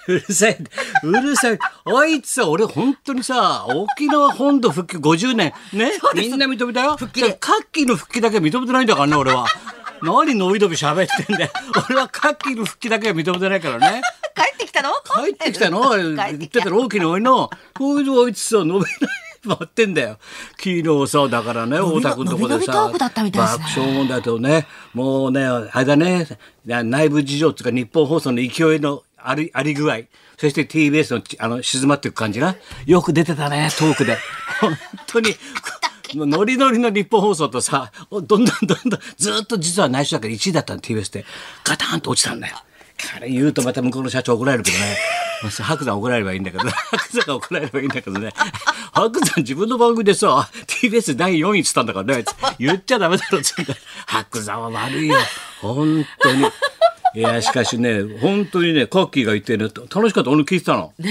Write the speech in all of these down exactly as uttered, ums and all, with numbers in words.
うるさい、うるさい。あいつさ、俺本当にさ、沖縄本土復帰ごじゅうねん、ね、みんな認めたよ。 復帰でカッキーの復帰だけは認めてないんだからね、俺は。何のびのび喋ってんだよ。俺はカッキーの復帰だけは認めてないからね。 帰ってきたの？ 帰ってきたの帰言ってきた。 ってたら大きなおいの。こいつあいつさ、伸びない。待ってんだよ。昨日さ、だからね、太田君のとこで伸び伸びトさ、 ークだったみたいですね爆笑問題とね、もうね、あれだね、内部事情っていうか日本放送の勢いのあり、あり具合、そして ティービーエス のあの静まっていく感じが、よく出てたね、トークで。本当に。ノリノリの日本放送とさ、どんどんどんどんずっと実は内緒だけどいちいだったの ティービーエス でガタンと落ちたんだよ。これ言うとまた向こうの社長怒られるけどね。白山怒られればいいんだけど、白山が怒られればいいんだけどね。白山自分の番組でさ、ティービーエス だいよんいっつったんだからね。言っちゃダメだろっつうんだよ。白山は悪いよ。本当に。いやしかしね、本当にね、コッキーが言ってね、楽しかった。俺聞いてたの。うん、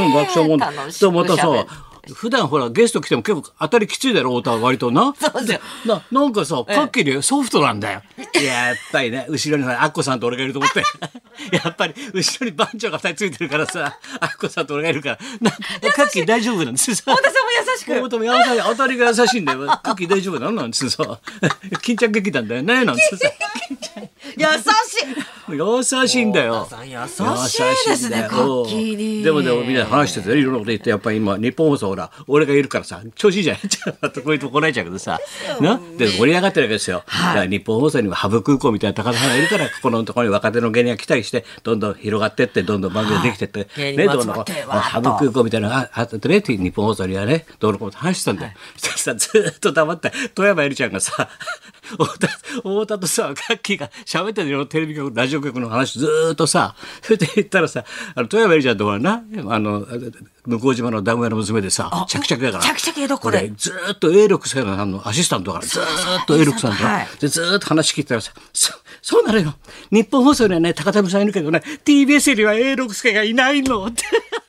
爆笑問題。 楽しくまたさ喋る。 普段ほらゲスト来ても結構当たりきついだろ太田は割とな。 そうですよ。 ななんかさカッキリよソフトなんだよ。いややっぱりね後ろにほらアッコさんと俺がいると思ってやっぱり後ろに番長がふたりついてるからさアッコさんと俺がいるからなカッキー大丈夫なんですよ。 太田さんも優しく。 太田も優しい当たりが優しいんだよ。カッキー大丈夫なんなんですさ金ちゃん劇団だよねなんつってさ優しい。 優しいんだよ。 太田さん優しいですね。カッキーに。 でもでもみんな話しててねいろんなこと言ってやっぱり今日本放送ほら俺がいるからさ調子いいじゃん。ちょっとこういうとこ怒られちゃうけどさなで盛り上がってるわけですよ。だから日本放送にはハブ空港みたいな高田さんがいるからここのところに若手の芸人が来たりしてどんどん広がってってどんどん番組ができてって、 はい、 ねどんどん芸人も集まってわーっとハブ空港みたいなのがあってね日本放送にはねどうのこうの話してたんだよ。そしたらさずっと黙って富山えりちゃんがさ太田太田とさカッキーが喋ってるよテレビ局ラジオ局の話ずーっとさそれで言ったらさあの富山えりちゃんとこはなあの向島の団子屋の娘でさチャキチャキだからチャキチャキ江戸っ子で俺ずーっと エーろく さんのアシスタントだからずーっと エーろく さんと、 はい、 でずーっと話聞いてたらさそそうなのよ日本放送にはね高田さんいるけどね ティービーエス には エーろく 助がいないのって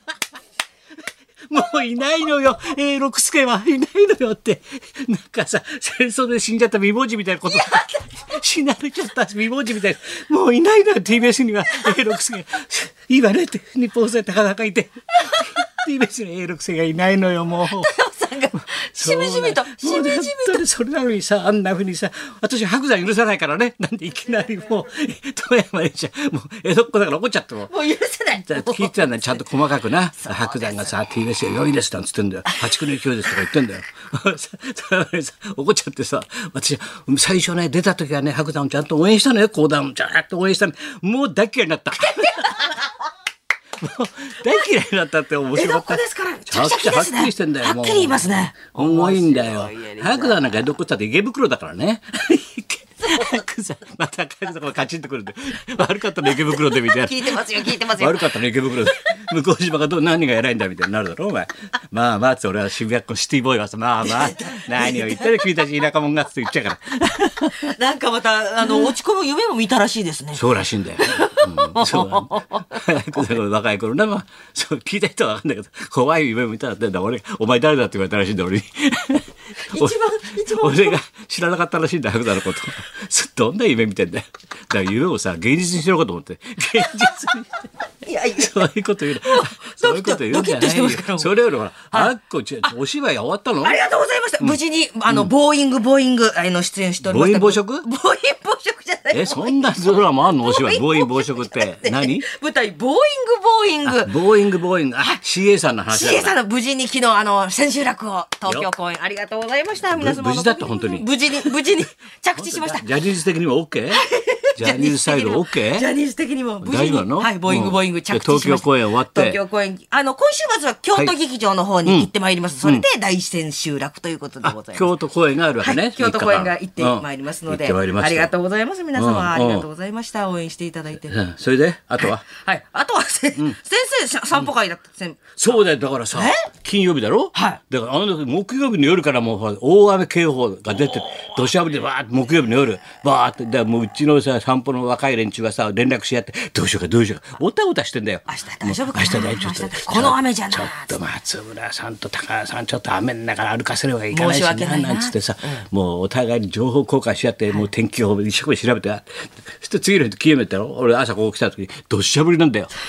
もういないのよ エーろく 助はいないのよってなんかさ戦争で死んじゃった未亡人みたいなこと死なれちゃった未亡人みたいなもういないのよ ティービーエス には エーろく 助いいわねって日本放送に高田がいてティービーエス に エーろく 助がいないのよもう。 しみじみとしみじみとそれなのにさあんなふうにさ私白山許さないからねなんでいきなりもう富山にちゃもう江戸っ子だから怒っちゃってももう許せない聞いてたんだよちゃんと細かくな白山がさ ティービーエス よんいですなんつってんだよ破竹の勢いですとか言ってんだよ富山にさ怒っちゃってさ私最初ね出た時はね白山をちゃんと応援したのよ講談をちゃんと応援したのもう大嫌いになったもう大嫌いになったって面白かった。 江戸っ子ですからちゃくちゃはっきりしてんだよ。 はっきり言いますね。 重いんだよ。白山なんか江戸っ子って池袋だからね。白山また帰るとこカチンとくるんで悪かったね池袋でみたいな。 聞いてますよ聞いてますよ。 悪かったね池袋で向島がどう何が偉いんだみたいになるだろうお前。まあまあって俺は渋谷っ子シティボーイはさまあまあ何を言ってる君たち田舎者がって言っちゃうから。 なんかまたあの落ち込む夢も見たらしいですね。 そうらしいんだよ。うん、そうなん若い頃ね、まあ、そう聞いた人は分かんないけど怖い夢見たらってんだ俺お前誰だって言われたらしいんだ俺に一番一番俺が知らなかったらしいんだ白山のことどんな夢見てんだよだから夢をさ現実にしろかと思って現実にいやいやそういうこと言うそういうこと言うんじゃないよそれよりほらあっこちお芝居終わったのありがとうございました、うん、無事にあの、うん、ボーイングボーイングあの出演しておりましたボーイン暴食ボーイン暴食じゃないえそんなドラマあんのお芝居ボーイン暴食って何舞台ボーイングボーイングボーイングボーイングあ シーエー さんの話だシーエー さんの無事に昨日あの千秋楽を東京公演ありがとうございました皆様無事だった本当に無事に無事に着地しましたジャニーズ的にも OK ジャニーズサイド OK ジャニーズ的にも無事に大丈夫なのはいボーイングボーイング着地しました、 東京公演終わって東京公演あの今週末は京都劇場の方に行ってまいります、はいうん、それで大千秋楽ということでございます京都公演があるわけね、 はい、京都公演が行ってまいりますので、うん、ありがとうございます皆様、うん、ありがとうございました応援していただいて、 うん、それであとははい、はい、あとはせ、うん、先生散歩会だった、うん、 そうだよだからさ金曜日だろ、はい、だからあの木曜日の夜からもう大雨警報が出て土砂降りでバーッと木曜日の夜バーッとでもううちのさ散歩の若い連中がさ連絡し合ってどうしようかどうしようかおたおたしてんだよ明日大丈夫かな明日大丈夫この雨じゃなちょっと松村さんと高橋さんちょっと雨の中歩かせればいかないしななんつってさ、うん、もうお互いに情報交換し合って、はい、もう天気予報一生懸命調べてそして次の日金曜日やったろ俺朝ここ来た時にどっしゃ降りなんだよ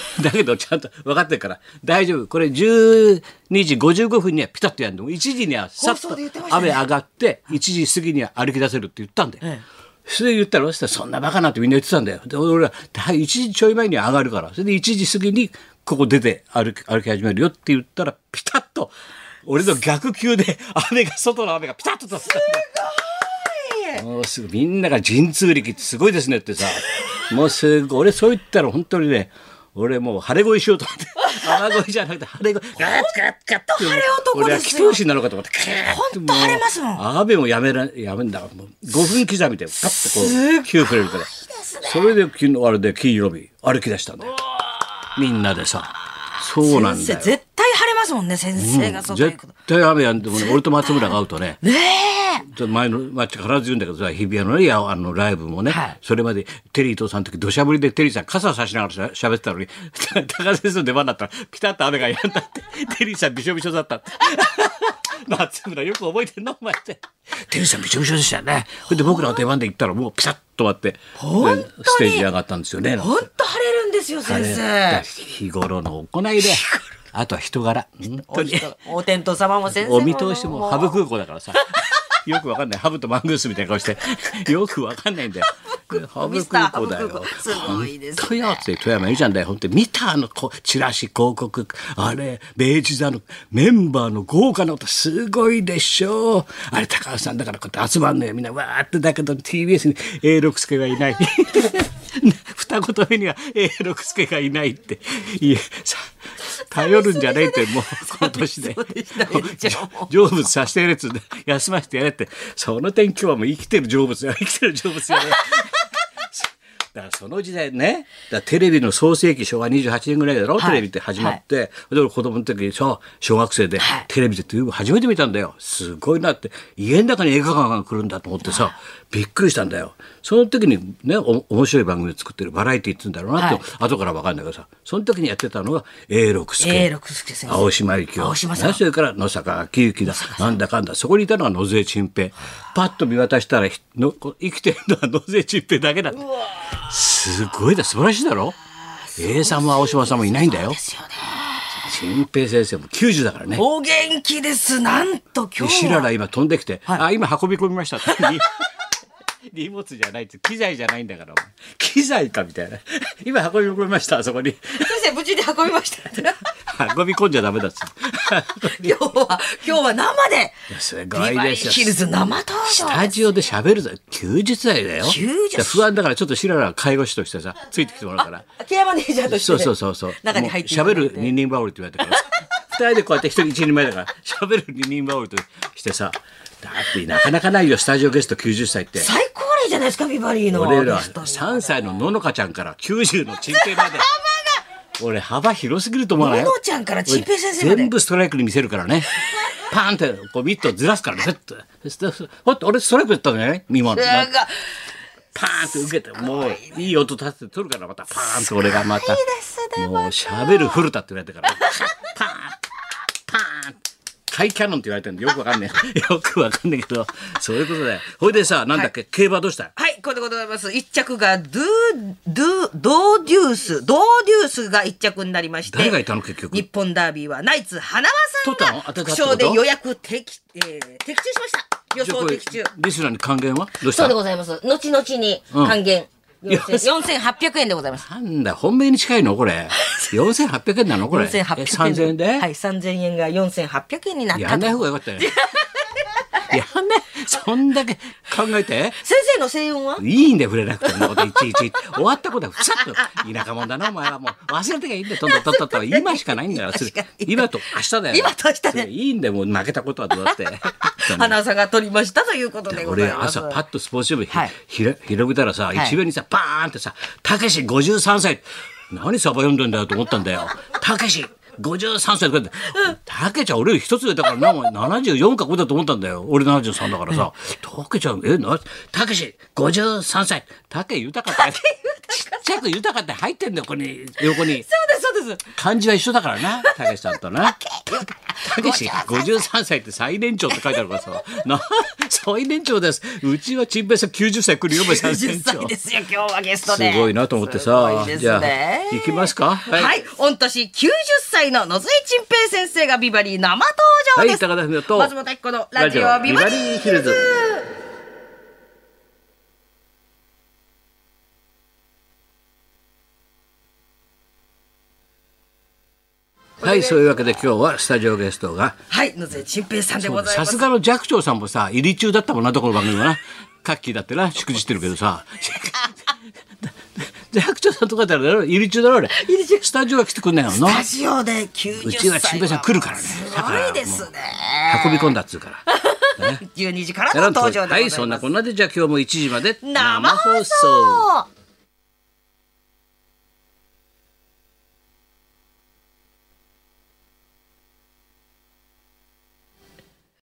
だけどちゃんと分かってるから大丈夫。これじゅうにじごじゅうごふんにはピタッとやるの。いちじにはさっと放送で言ってましたね雨上がっていちじ過ぎには歩き出せるって言ったんで、 ええそれで言ったらそしたらそんなバカなってみんな言ってたんだよ。で俺はいちじちょい前には上がるからそれでいちじ過ぎにここ出て歩き歩き始めるよって言ったらピタッと俺の逆球で雨が外の雨がピタッと飛んだんだよ。もうすぐみんなが神通力ってすごいですねってさもうすぐ俺そう言ったら本当にね俺もう晴れ声しようと思って雨声じゃなくて晴れ声ガッガッガッって晴れ男俺はですよ祈祷師になろうかと思って本当晴れますもん。 雨もやめらやめんだからもうごふん刻みでパッとこうキューくれるからそれで昨日あれで金曜日歩き出したんだよみんなでさそうなんだよ先生絶対晴れますもんね先生がそういう絶こと。 対雨やんでもね俺と松村が会うとねねちょっと前のまあ必ず言うんだけどさ日比谷のねいやあのライブもね、 はいそれまでテリー伊藤さんの時土砂降りでテリーさん傘差しながらしゃ喋ってたのに高先生の出番だったらピタッと雨が止んだってテリーさんびしょびしょだったって松村よく覚えてんのお前ってテリーさんびしょびしょでしたよね。それで僕らの出番で行ったらもうピタッと終わって本当にでステージに上がったんですよね。 本当晴れるんですよ先生。 日頃の行いであとは人柄本当にお天道様も先生もお見通しもハブ空港だからさよくわかんないハブとマングースみたいな顔してよくわかんないんだよハブ空港だよすごいですね本当よって富山いいじゃんだよ本当に見たあのこチラシ広告あれ明治座のメンバーの豪華な音すごいでしょあれ高橋さんだからこうやって集まんのよみんなわーってだけど ティービーエス に エーろく 助がいない二言目には エーろく 助がいないっていえさ頼るんじゃねえってもうこの年でそうでしたね成仏させてやれっつうんで休ませてやれってその点今日はもう生きてる成仏や生きてる成仏やねだからその時代ねだからテレビの創世紀昭和にじゅうはちねんぐらいだろ、 はいテレビって始まって、で俺子供の時にさ小学生で、 はいテレビでっていうの初めて見たんだよすごいなって家の中に映画館が来るんだと思ってさびっくりしたんだよ。その時にねお面白い番組を作ってるバラエティーって言うんだろうなって、 はい後から分かるんだけどさその時にやってたのが永六輔永六輔先生青島由紀夫青島さんねそれから野坂昭之だなんだかんだそこにいたのが野添陳平パッと見渡したらひのこ生きてるのは野添陳平だけだってすごいだ素晴らしいだろ A さんも青島さんもいないんだよですよね。 陳平先生もきゅうじゅうだからねお元気ですなんと今日しらら今飛んできて、 はいあ今運び込みましたって荷物じゃないって機材じゃないんだからお前機材かみたいな今運び込みましたあそこに先生無事に運びました運び込んじゃダメだっつって今日は今日は生ですごビバリーいですよヒルズ生登場スタジオで喋るぞきゅうじゅっさいだよきゅうじゅっ不安だからちょっとしらら介護士としてさついてきてもらうからケアマネージャーとしてそうそうそうそう中に入っていもう喋ただいてる二人羽織って言われたから二人でこうやって一人一人前だから喋る二人羽織としてさだってなかなかないよスタジオゲストきゅうじゅっさいって最高齢じゃないですかビバリーの俺らゲストにさんさいのののかちゃんからきゅうじゅうのチンペイまで俺幅広すぎると思わないののちゃんからチンペイ先生まで全部ストライクに見せるからねパーンってこうミットずらすからねふっとほっと俺ストライクやったのね今のなんかパーンって受けてもういい音立てて取るからまたパーンって俺がまたいいですねもう喋る古田って言われてからパーンパーンハイキャノンって言われてるんでよくわかんないよくわかんないけどそういうことだよ。ほいでさなんだっけ、競馬どうしたはいこれでございます一着がドゥドゥドーデュースドーデュースが一着になりまして誰がいたの結局日本ダービーはナイツ花輪さん取ったの当てたがってこと副賞で予約的、えー、的中しました予想的中リスナーに還元はどうしたそうでございます後々に還元、よんせんはっぴゃくえんでございますなんだ本命に近いのこれよんせんはっぴゃくえんなのこれよんせんはっぴゃくえんえさんぜんえんで、 はいさんぜんえんがよんせんはっぴゃくえんになったとやんない方がよかったよやんないそんだけ考えて先生の声援はいいんだよ触れなくてもいちいち終わったことはふさっと田舎者だなお前はもう忘れてきゃいいんだよとんとんとんとんとん今しかないんだよ確かに今と明日だよ今と明日ねいいんだよもう負けたことはどうだって花輪さんが取りましたということでござい俺ます朝パッとスポーツ新聞ひ、 はいひら広げたらさ、 い一面にさバーンってさ「たけしごじゅうさんさい」何サバ読んでんだよと思ったんだよたけしごじゅうさんさいとかってたけちゃん俺より一つ上だからなお前ななじゅうよんかごだと思ったんだよ俺ななじゅうさんだからさたけちゃんえなたけしごじゅうさんさいたけ豊かってちっちゃく豊かって入ってんだよここに横にそうですそうです漢字は一緒だからなたけしさんとなたけしごじゅうさんさいって最年長って書いてあるからさ、な最年長です。うちはチンペイさんきゅうじゅっさい来るよ、お前最 90 年長。 歳ですよ今日はゲストで。 すごいなと思ってすさごいですね。 じゃあ行きますか。 はい、 はい、 御年きゅうじゅっさいの野添陳平先生がビバリー生登場です。 はい、高田文夫と松本明子のラジオビバリーヒルズ。 はい、そういうわけで今日はスタジオゲストがはい野添陳平さんでございます。 さすがの寂聴さんもさ入り中だったもんな、どこの番組もな。カッキーだってな祝辞してるけどさ寂聴さんとかだったら入り中だろ、あれスタジオは来てくんないのスタジオできゅうじゅっさい。 うちは陳平さん来るからね。 すごいですね。 運び込んだっつうからじゅうにじからの登場でございます。 はい、そんなこんなでじゃあ今日もいちじまで生放送。